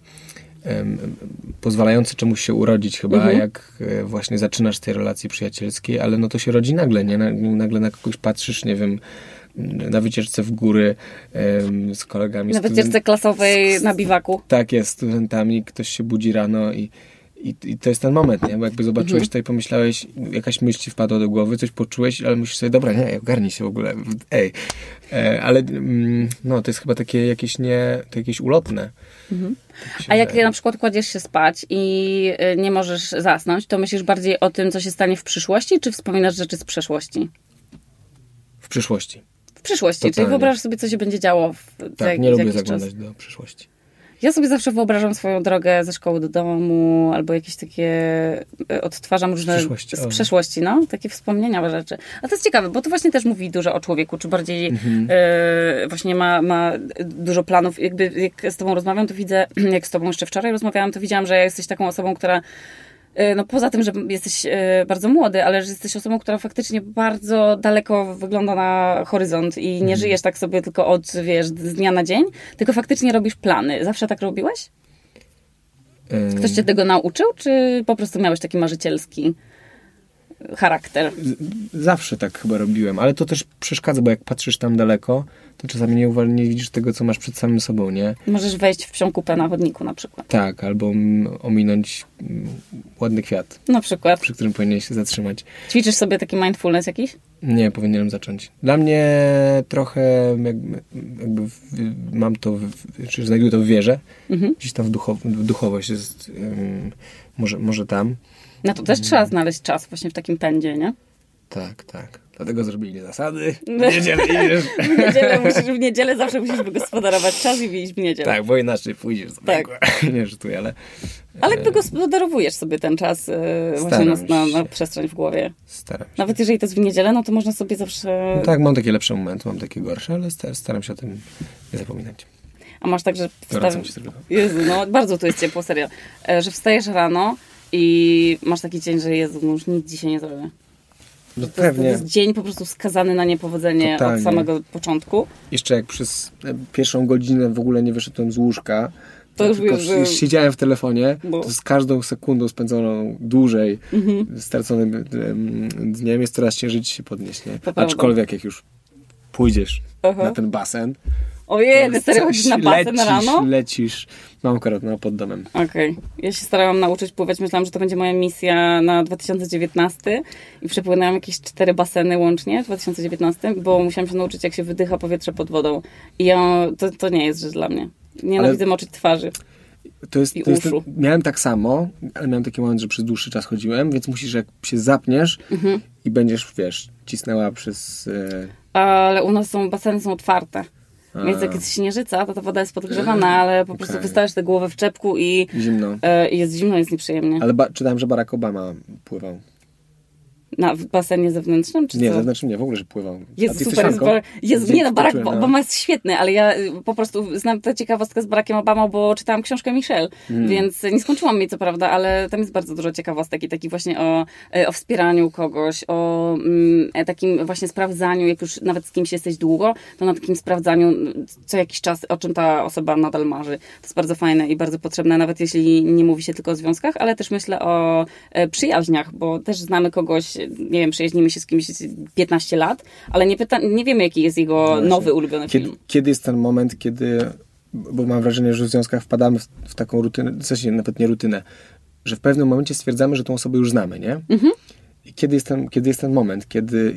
pozwalające czemuś się urodzić chyba, jak właśnie zaczynasz tej relacji przyjacielskiej, ale no to się rodzi nagle, nie? Nagle na kogoś patrzysz, nie wiem, na wycieczce w góry z kolegami. Na wycieczce klasowej na biwaku. Tak jest, studentami, ktoś się budzi rano i to jest ten moment, nie? Bo jakby zobaczyłeś to i pomyślałeś, jakaś myśl ci wpadła do głowy, coś poczułeś, ale myślisz sobie, dobra, nie, ogarnij się w ogóle, ale no, to jest chyba takie jakieś ulotne. A jak na przykład kładziesz się spać i nie możesz zasnąć, to myślisz bardziej o tym, co się stanie w przyszłości, czy wspominasz rzeczy z przeszłości? W przyszłości. W przyszłości, Totalnie. czyli wyobrażasz sobie, co się będzie działo tak, nie lubię zaglądać do przyszłości. Ja sobie zawsze wyobrażam swoją drogę ze szkoły do domu, albo jakieś takie, odtwarzam różne z przeszłości, no, takie wspomnienia rzeczy. A to jest ciekawe, bo to właśnie też mówi dużo o człowieku, czy bardziej właśnie ma dużo planów. Jakby jak z tobą rozmawiam, to widzę, jak z tobą jeszcze wczoraj rozmawiałam, to widziałam, że jesteś taką osobą, która no poza tym, że jesteś bardzo młody, ale że jesteś osobą, która faktycznie bardzo daleko wygląda na horyzont i nie żyjesz tak sobie tylko z dnia na dzień, tylko faktycznie robisz plany. Zawsze tak robiłeś? Ktoś cię tego nauczył, czy po prostu miałeś taki marzycielski charakter? Zawsze tak chyba robiłem, ale to też przeszkadza, bo jak patrzysz tam daleko, to czasami nie widzisz tego, co masz przed samym sobą, nie? Możesz wejść w psią kupę na chodniku na przykład. Tak, albo ominąć ładny kwiat. Na przykład. Przy którym powinieneś się zatrzymać. Ćwiczysz sobie taki mindfulness jakiś? Nie, powinienem zacząć. Dla mnie trochę jakby mam to, czy znajduję to w wierze. Gdzieś tam duchowość jest może tam. No to też trzeba znaleźć czas właśnie w takim pędzie, nie? Tak. Dlatego zrobili zasady. W niedzielę idziesz. W niedzielę zawsze musisz wygospodarować czas i wyjść w niedzielę. Tak, bo inaczej pójdziesz. Tak. Nie żartuję, ale... Ale wygospodarowujesz sobie ten czas właśnie na przestrzeń w głowie. Staram się. Nawet jeżeli to jest w niedzielę, no to można sobie zawsze... No tak, mam takie lepsze momenty, mam takie gorsze, ale staram się o tym nie zapominać. A masz tak, że... Jezu, no bardzo tu jest ciepło, serio. Że wstajesz rano i masz taki dzień, że Jezu, no już nic dzisiaj nie zrobię. No pewnie. To jest dzień po prostu skazany na niepowodzenie Totalnie. Od samego początku. Jeszcze jak przez pierwszą godzinę w ogóle nie wyszedłem z łóżka, to już siedziałem w telefonie, to z każdą sekundą spędzoną dłużej straconym dniem jest coraz ciężej ci się podnieść, nie? Aczkolwiek jak już pójdziesz na ten basen, ojej, serio chodzisz na basen rano? Lecisz. Mam akurat pod domem. Okej. Ja się starałam nauczyć pływać. Myślałam, że to będzie moja misja na 2019 i przepłynęłam jakieś 4 baseny łącznie w 2019, bo musiałam się nauczyć, jak się wydycha powietrze pod wodą. I to nie jest rzecz dla mnie. Nienawidzę moczyć twarzy. miałem tak samo, ale miałem taki moment, że przez dłuższy czas chodziłem, więc musisz, jak się zapniesz i będziesz, wiesz, cisnęła przez... Ale u nas baseny są otwarte. Więc jak jest śnieżyca, to ta woda jest podgrzewana, ale po prostu wystajesz tę głowę w czepku i zimno. I jest zimno, jest nieprzyjemnie. Ale czytałem, że Barack Obama pływał. W basenie zewnętrznym, czy nie, co? zewnętrznym nie, w ogóle, że pływał. Jest super. Barack Obama jest świetny, ale ja po prostu znam tę ciekawostkę z Barackiem Obamą, bo czytałam książkę Michelle, więc nie skończyłam jej co prawda, ale tam jest bardzo dużo ciekawostek i takich właśnie o wspieraniu kogoś, o takim właśnie sprawdzaniu, jak już nawet z kimś jesteś długo, to na takim sprawdzaniu co jakiś czas, o czym ta osoba nadal marzy. To jest bardzo fajne i bardzo potrzebne, nawet jeśli nie mówi się tylko o związkach, ale też myślę o przyjaźniach, bo też znamy kogoś, nie wiem, przyjaźnimy się z kimś 15 lat, ale nie wiemy, jaki jest jego nowy ulubiony film. Kiedy jest ten moment, bo mam wrażenie, że w związkach wpadamy w taką rutynę, w sensie nawet nie rutynę, że w pewnym momencie stwierdzamy, że tą osobę już znamy, nie? I kiedy jest ten moment, kiedy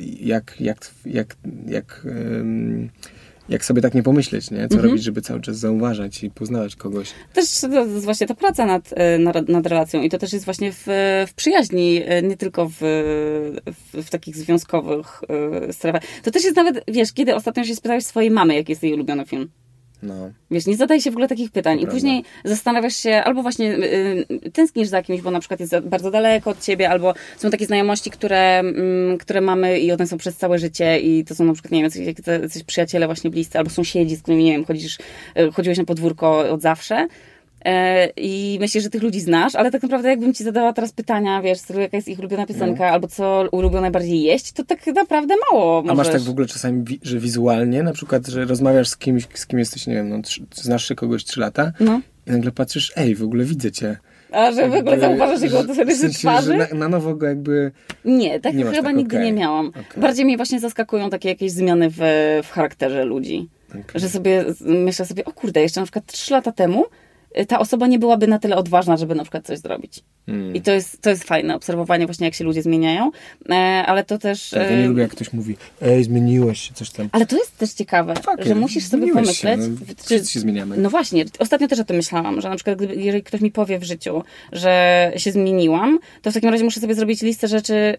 jak sobie tak nie pomyśleć, nie? Co robić, żeby cały czas zauważać i poznawać kogoś. Też to jest właśnie ta praca nad relacją i to też jest właśnie w przyjaźni, nie tylko w takich związkowych strefach. To też jest nawet, wiesz, kiedy ostatnio się spytałeś swojej mamy, jaki jest jej ulubiony film. No. Wiesz, nie zadaj się w ogóle takich pytań. To i później zastanawiasz się, albo właśnie tęsknisz za kimś, bo na przykład jest bardzo daleko od ciebie, albo są takie znajomości, które mamy i one są przez całe życie i to są na przykład, nie wiem, jacyś przyjaciele właśnie bliscy, albo sąsiedzi, z którymi, nie wiem, chodziłeś na podwórko od zawsze. I myślisz, że tych ludzi znasz, ale tak naprawdę jakbym ci zadała teraz pytania, wiesz, jaka jest ich ulubiona piosenka, albo co lubią najbardziej jeść, to tak naprawdę mało możesz. A masz tak w ogóle czasami, że wizualnie, na przykład, że rozmawiasz z kimś, z kim jesteś, nie wiem, znasz się kogoś 3 lata i nagle patrzysz, w ogóle widzę cię. A że w ogóle zauważasz jego rysy twarzy? Że na nowo go jakby... Nie, tak chyba nigdy nie miałam. Okay. Bardziej mnie właśnie zaskakują takie jakieś zmiany w charakterze ludzi. Okay. Że myślę sobie, o kurde, jeszcze na przykład 3 lata temu ta osoba nie byłaby na tyle odważna, żeby na przykład coś zrobić. I to jest fajne, obserwowanie właśnie, jak się ludzie zmieniają, ale to też... Tak, ja nie lubię, jak ktoś mówi, zmieniłeś się, coś tam. Ale to jest też ciekawe, że musisz sobie pomyśleć... Wszyscy się zmieniamy. No właśnie, ostatnio też o tym myślałam, że na przykład jeżeli ktoś mi powie w życiu, że się zmieniłam, to w takim razie muszę sobie zrobić listę rzeczy,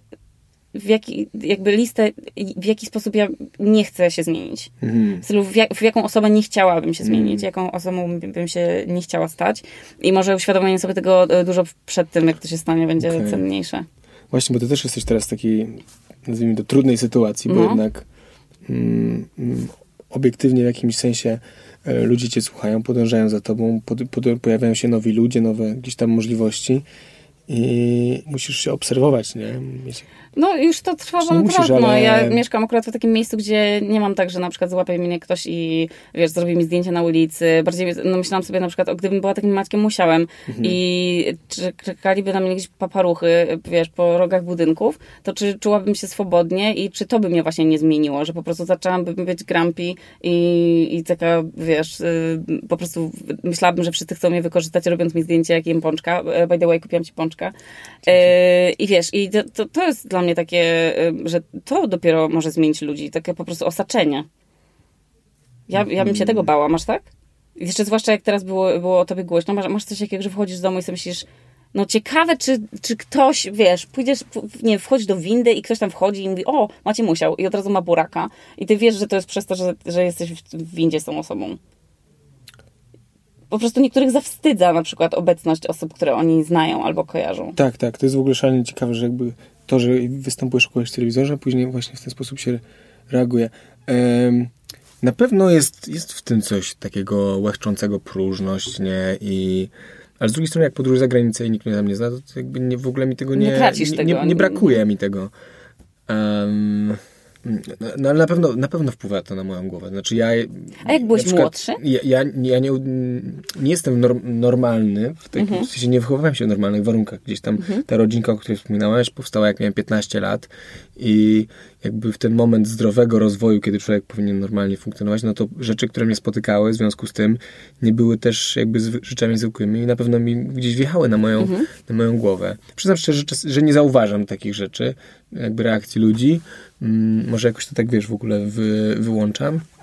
w jaki sposób ja nie chcę się zmienić. W stylu, w jaką osobę nie chciałabym się zmienić, jaką osobą bym się nie chciała stać. I może uświadomienie sobie tego dużo przed tym, jak to się stanie, będzie cenniejsze. Właśnie, bo ty też jesteś teraz w takiej, nazwijmy to, trudnej sytuacji, bo jednak obiektywnie w jakimś sensie ludzie cię słuchają, podążają za tobą, pojawiają się nowi ludzie, nowe gdzieś tam możliwości i musisz się obserwować, nie? No już to trwa wątrawno. Ale... Ja mieszkam akurat w takim miejscu, gdzie nie mam tak, że na przykład złapie mnie ktoś i wiesz, zrobi mi zdjęcie na ulicy. Bardziej myślałam sobie na przykład, gdybym była takim Maćkiem Musiałem i czekaliby na mnie jakieś paparuchy, wiesz, po rogach budynków, to czy czułabym się swobodnie i czy to by mnie właśnie nie zmieniło, że po prostu zaczęłam być grumpy i taka, wiesz, po prostu myślałabym, że wszyscy chcą mnie wykorzystać, robiąc mi zdjęcie, jak jem pączka. By the way, kupiłam ci pączka. I wiesz, i to jest dla mnie takie, że to dopiero może zmienić ludzi. Takie po prostu osaczenie. Ja bym się tego bała. Masz tak? Jeszcze zwłaszcza jak teraz było o tobie głośno. Masz coś takiego, że wchodzisz z domu i sobie myślisz, no ciekawe, czy ktoś, wiesz, wchodzisz do windy i ktoś tam wchodzi i mówi, o, Maciej Musiał. I od razu ma buraka. I ty wiesz, że to jest przez to, że jesteś w windzie z tą osobą. Po prostu niektórych zawstydza na przykład obecność osób, które oni znają albo kojarzą. Tak. To jest w ogóle szalenie ciekawe, że jakby to, że występujesz u kogoś w telewizorze, a później właśnie w ten sposób się reaguje. Na pewno jest w tym coś takiego łechczącego próżność, nie? Ale z drugiej strony, jak podróż za granicę i nikt mnie tam nie zna, to jakby w ogóle mi tego nie tracisz tego. Nie brakuje mi tego. No ale na pewno wpływa to na moją głowę. Znaczy a jak byłeś młodszy? Ja nie jestem normalny, w sensie nie wychowywałem się w normalnych warunkach. Gdzieś tam ta rodzinka, o której wspominałaś, powstała jak miałem 15 lat i jakby w ten moment zdrowego rozwoju, kiedy człowiek powinien normalnie funkcjonować, no to rzeczy, które mnie spotykały w związku z tym, nie były też jakby rzeczami zwykłymi i na pewno mi gdzieś wjechały na moją głowę. Przyznam szczerze, że nie zauważam takich rzeczy, jakby reakcji ludzi. Może jakoś to tak, wiesz, w ogóle wyłączam.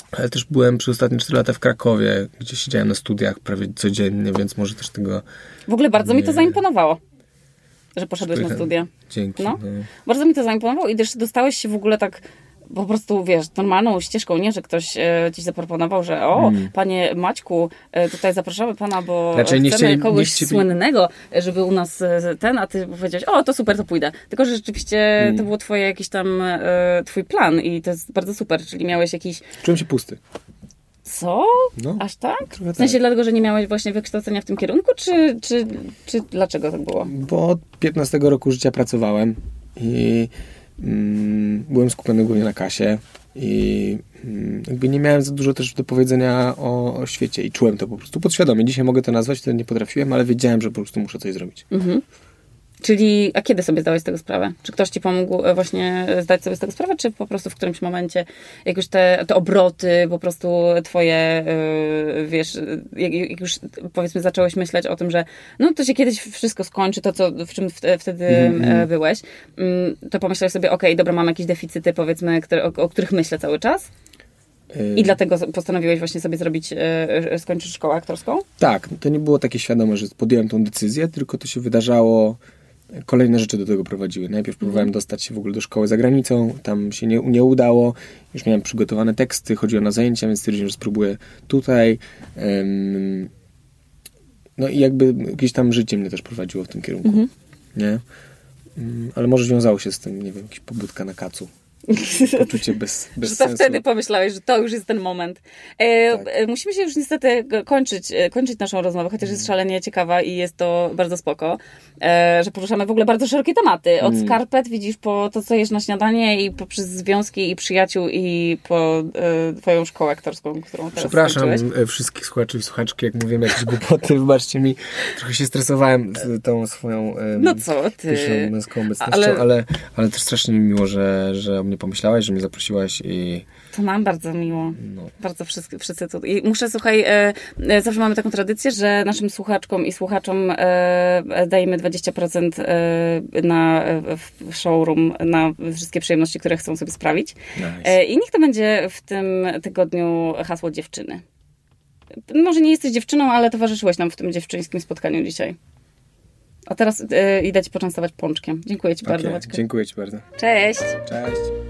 Ale też byłem przez ostatnie 4 lata w Krakowie, gdzie siedziałem na studiach prawie codziennie, więc może też tego... W ogóle bardzo mi to zaimponowało, że poszedłeś na studia. Dzięki. No. Bardzo mi to zaimponowało i też dostałeś się w ogóle tak po prostu, wiesz, normalną ścieżką, nie, że ktoś ci zaproponował, że panie Maćku, tutaj zapraszamy pana, bo chcemy kogoś słynnego, żeby u nas a ty powiedziałeś, to super, to pójdę. Tylko, że rzeczywiście to było twoje jakiś tam, twój plan i to jest bardzo super, czyli miałeś jakiś... Czułem się pusty. Co? No, aż tak? W sensie dlatego, że nie miałeś właśnie wykształcenia w tym kierunku, czy dlaczego tak było? Bo od 15 roku życia pracowałem i byłem skupiony głównie na kasie i jakby nie miałem za dużo też do powiedzenia o świecie i czułem to po prostu podświadomie. Dzisiaj mogę to nazwać, wtedy nie potrafiłem, ale wiedziałem, że po prostu muszę coś zrobić. Mhm. Czyli, a kiedy sobie zdałeś z tego sprawę? Czy ktoś ci pomógł właśnie zdać sobie z tego sprawę, czy po prostu w którymś momencie jak już te obroty, po prostu twoje, wiesz, jak już powiedzmy zacząłeś myśleć o tym, że to się kiedyś wszystko skończy, to w czym wtedy byłeś, to pomyślałeś sobie, okej, dobra, mam jakieś deficyty, powiedzmy, o których myślę cały czas? I dlatego postanowiłeś właśnie sobie skończyć szkołę aktorską? Tak, to nie było takie świadome, że podjąłem tą decyzję, tylko to się wydarzało. Kolejne rzeczy do tego prowadziły. Najpierw próbowałem dostać się w ogóle do szkoły za granicą, tam się nie udało. Już miałem przygotowane teksty, chodziłem na zajęcia, więc stwierdziłem, że spróbuję tutaj. No i jakby jakieś tam życie mnie też prowadziło w tym kierunku. Nie? Ale może wiązało się z tym, nie wiem, jakaś pobudka na kacu. Poczucie bez że sensu. Wtedy pomyślałeś, że to już jest ten moment. Tak. Musimy się już niestety kończyć naszą rozmowę, chociaż jest szalenie ciekawa i jest to bardzo spoko, że poruszamy w ogóle bardzo szerokie tematy. Od skarpet, widzisz, po to, co jesz na śniadanie i poprzez związki i przyjaciół i po twoją szkołę aktorską, którą teraz Przepraszam skończyłeś. wszystkich słuchaczy i słuchaczki, jak mówiłem jakieś głupoty, wybaczcie mi. Trochę się stresowałem z tą swoją pierwszą męską obecnością, ale też strasznie mi miło, że o mnie pomyślałaś, że mnie zaprosiłaś i... To nam bardzo miło. Bardzo wszyscy tu. I muszę, słuchaj, zawsze mamy taką tradycję, że naszym słuchaczkom i słuchaczom dajemy 20% na showroom, na wszystkie przyjemności, które chcą sobie sprawić. Nice. I niech to będzie w tym tygodniu hasło dziewczyny. Może nie jesteś dziewczyną, ale towarzyszyłeś nam w tym dziewczyńskim spotkaniu dzisiaj. A teraz idę ci poczęstować pączkiem. Dziękuję ci bardzo, Maćku. Dziękuję ci bardzo. Cześć! Cześć!